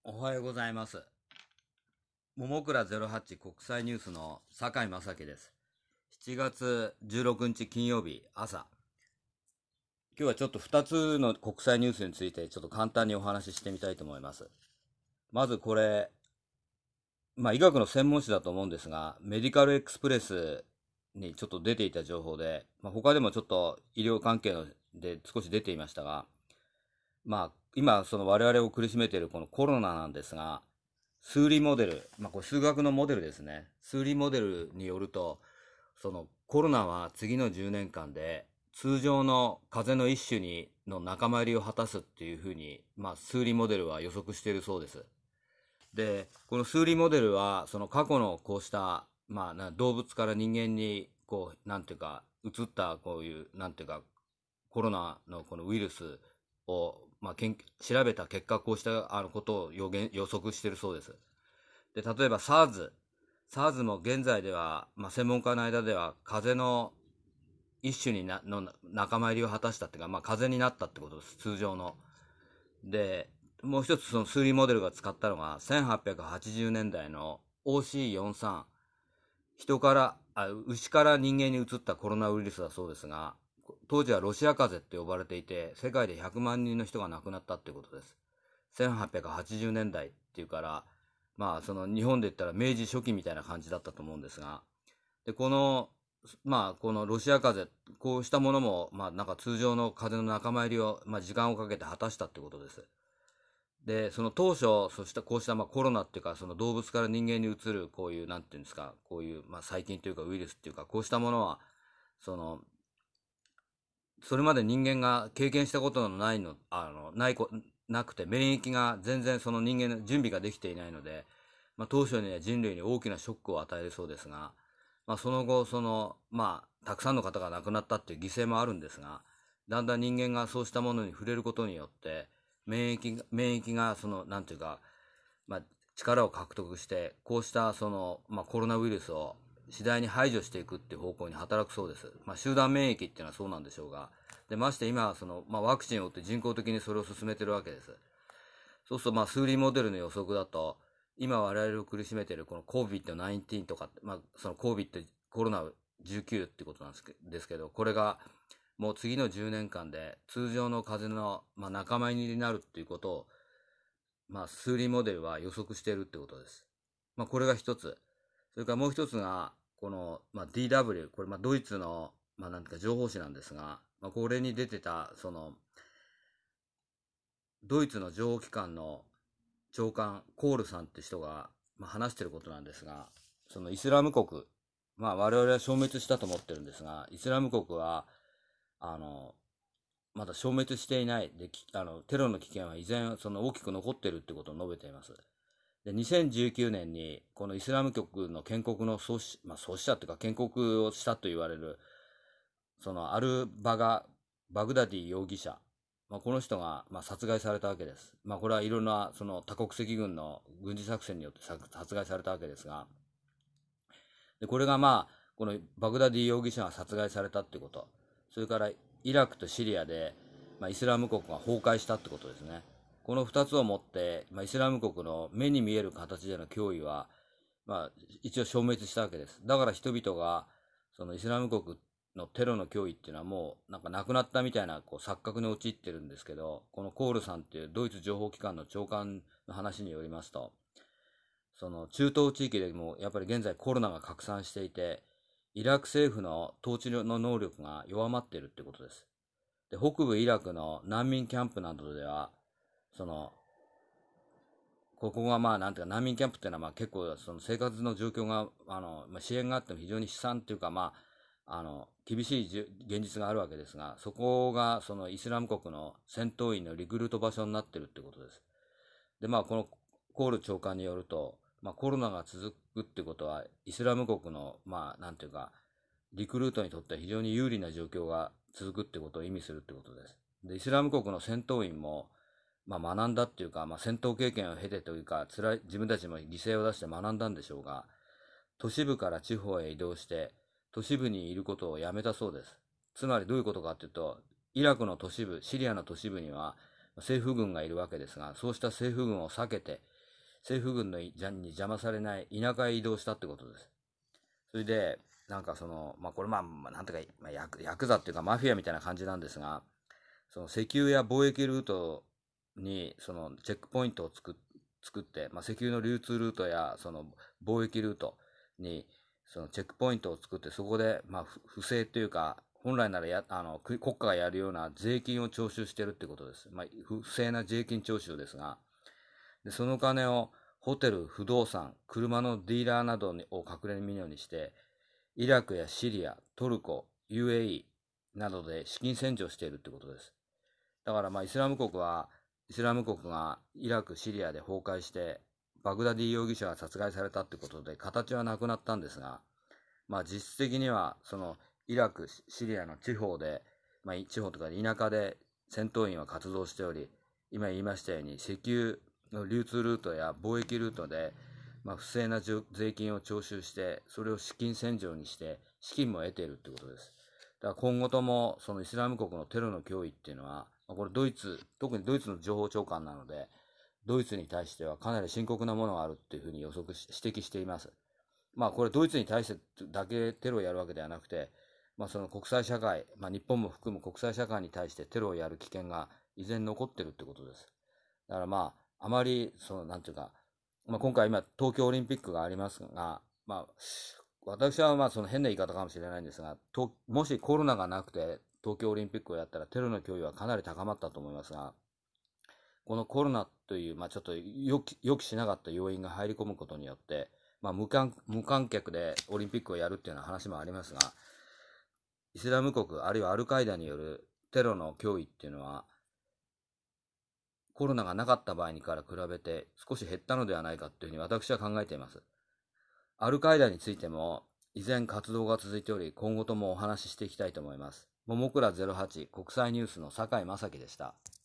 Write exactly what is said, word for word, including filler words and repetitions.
おはようございます。ももくらゼロはち国際ニュースの酒井正樹です。しちがつじゅうろくにち金曜日朝。今日はちょっとふたつの国際ニュースについてちょっと簡単にお話ししてみたいと思います。まずこれ、まあ医学の専門誌だと思うんですが、メディカルエクスプレスにちょっと出ていた情報で、まあ、他でもちょっと医療関係ので少し出ていましたが、まあ今その我々を苦しめているこのコロナなんですが、数理モデル、まあ、これ数学のモデルですね。数理モデルによると、そのコロナは次のじゅうねんかんで通常の風邪の一種にの仲間入りを果たすっていうふうに、まあ、数理モデルは予測しているそうです。で、この数理モデルは、その過去のこうした、まあ、な動物から人間に、こう、なんていうか、移ったこういう、なんていうか、コロナのこのウイルスを、まあ、けん調べた結果、こうしたあのことを予言予測しているそうです。で、例えば SARS。SARS も現在では、まあ、専門家の間では、風邪の一種になの仲間入りを果たしたっていうか、まあ、風邪になったってことです、通常の。で、もう一つその数理モデルが使ったのが、せんはっぴゃくはちじゅうねんだいの オーシーよんじゅうさん。人から、あ、牛から人間に移ったコロナウイルスだそうですが、当時はロシア風邪って呼ばれていて、世界でひゃくまんにんの人が亡くなったっていうことです。せんはっぴゃくはちじゅうねんだいっていうから、まあ、その日本で言ったら明治初期みたいな感じだったと思うんですが、で、この、まあ、このロシア風邪、こうしたものも、まあ、なんか通常の風邪の仲間入りを、まあ、時間をかけて果たしたってことです。で、その当初、そしたこうしたまあコロナっていうか、その動物から人間に移るこういう、なんていうんですか、こういう、まあ、細菌というかウイルスっていうか、こうしたものは、その、それまで人間が経験したことのないの、あの、ないこ、なくて、免疫が全然その人間の準備ができていないので、まあ、当初には人類に大きなショックを与えるそうですが、まあ、その後、その、まあ、たくさんの方が亡くなったっていう犠牲もあるんですが、だんだん人間がそうしたものに触れることによって、免疫が、免疫が、その、なんていうか、まあ、力を獲得して、こうしたその、まあ、コロナウイルスを次第に排除していくっていう方向に働くそうです。まあ、集団免疫っていうのはそうなんでしょうが、で、まして今はその、まあ、ワクチンを打って人工的にそれを進めてるわけです。そうすると、まあ、数理モデルの予測だと、今我々を苦しめているこの コービッドナインティーン とか、まあ、その コービッド、コロナじゅうきゅうってことなんですけど、これがもう次のじゅうねんかんで通常の風邪の、まあ、仲間入りになるっていうことを、まあ、数理モデルは予測しているってことです。まあ、これが一つ。それからもう一つが、この、まあ、ディーダブリュー、これ、まあ、ドイツの、まあ、なんていうか、情報誌なんですが、まあ、これに出てた、その、ドイツの情報機関の長官、コールさんって人が、まあ、話していることなんですが、そのイスラム国、まあ、我々は消滅したと思ってるんですが、イスラム国は、あの、まだ消滅していない。で、あの、テロの危険は依然、その大きく残っているってことを述べています。で、にせんじゅうきゅうねんに、このイスラム局の建国の創始、まあ、創始者というか建国をしたと言われる、そのアルバガ、バグダディ容疑者、まあ、この人が、まあ、殺害されたわけです。まあ、これはいろんな、その多国籍軍の軍事作戦によって殺害されたわけですが、で、これがまあ、このバグダディ容疑者が殺害されたってこと、それからイラクとシリアで、まあ、イスラム国が崩壊したってことですね。この二つをもって、まあ、イスラム国の目に見える形での脅威は、まあ、一応消滅したわけです。だから人々が、そのイスラム国のテロの脅威っていうのはもう、なんかなくなったみたいな、こう、錯覚に陥ってるんですけど、このコールさんっていうドイツ情報機関の長官の話によりますと、その中東地域でもやっぱり現在コロナが拡散していて、イラク政府の統治の能力が弱まっているってことです。で、北部イラクの難民キャンプなどでは、その、ここがまあなんていうか難民キャンプっていうのはまあ結構その生活の状況が、あの、まあ、支援があっても非常に悲惨っていうかまあ、あの、厳しい現実があるわけですが、そこがそのイスラム国の戦闘員のリクルート場所になってるってことです。で、まあこのコール長官によると、まあコロナが続くってことは、イスラム国の、まあなんていうか、リクルートにとっては非常に有利な状況が続くってことを意味するってことです。で、イスラム国の戦闘員も、まあ学んだっていうか、まあ戦闘経験を経てというか、辛い、自分たちも犠牲を出して学んだんでしょうが、都市部から地方へ移動して、都市部にいることをやめたそうです。つまりどういうことかっていうと、イラクの都市部、シリアの都市部には政府軍がいるわけですが、そうした政府軍を避けて、 政府軍のに邪魔されない田舎へ移動したってことです。それで、なんかその、まあこれまあ、まあ、なんていうか、まあ、ヤク、ヤクザっていうかマフィアみたいな感じなんですが、その石油や貿易ルートに、そのチェックポイントを作っ作って、まあ、石油の流通ルートやその貿易ルートにそのチェックポイントを作って、そこでまあ不正というか、本来ならやあの国家がやるような税金を徴収してるってことです。まあ、不正な税金徴収ですが、でその金をホテル、不動産、車のディーラーなどを隠れみのにして、イラクやシリア、トルコ、ユーエーイー などで資金洗浄しているってことです。だからまあイスラム国は、イスラム国がイラク、シリアで崩壊して、バグダディ容疑者が殺害されたってことで、形はなくなったんですが、まあ実質的には、そのイラク、シリアの地方で、まあ地方とか田舎で戦闘員は活動しており、今言いましたように、石油の流通ルートや貿易ルートで、まあ、不正な税金を徴収して、それを資金洗浄にして、資金も得ているってことです。だから今後とも、そのイスラム国のテロの脅威っていうのは、これドイツ、特にドイツの情報長官なので、ドイツに対してはかなり深刻なものがあるっていうふうに予測し、指摘しています。まあこれドイツに対してだけテロをやるわけではなくて、まあその国際社会、まあ日本も含む国際社会に対してテロをやる危険が依然残ってるってことです。だからまあ、あまり、その、なんていうか、まあ今回今東京オリンピックがありますが、まあ、私はまあその変な言い方かもしれないんですが、ともしコロナがなくて東京オリンピックをやったらテロの脅威はかなり高まったと思いますが、このコロナという、まあ、ちょっと予期予期しなかった要因が入り込むことによって、まあ、無観無観客でオリンピックをやるっていうような話もありますが、イスラム国あるいはアルカイダによるテロの脅威っていうのは、コロナがなかった場合にから比べて少し減ったのではないかというふうに私は考えています。アルカイダについても依然活動が続いており、今後ともお話ししていきたいと思います。ももくらゼロはち国際ニュースの酒井正樹でした。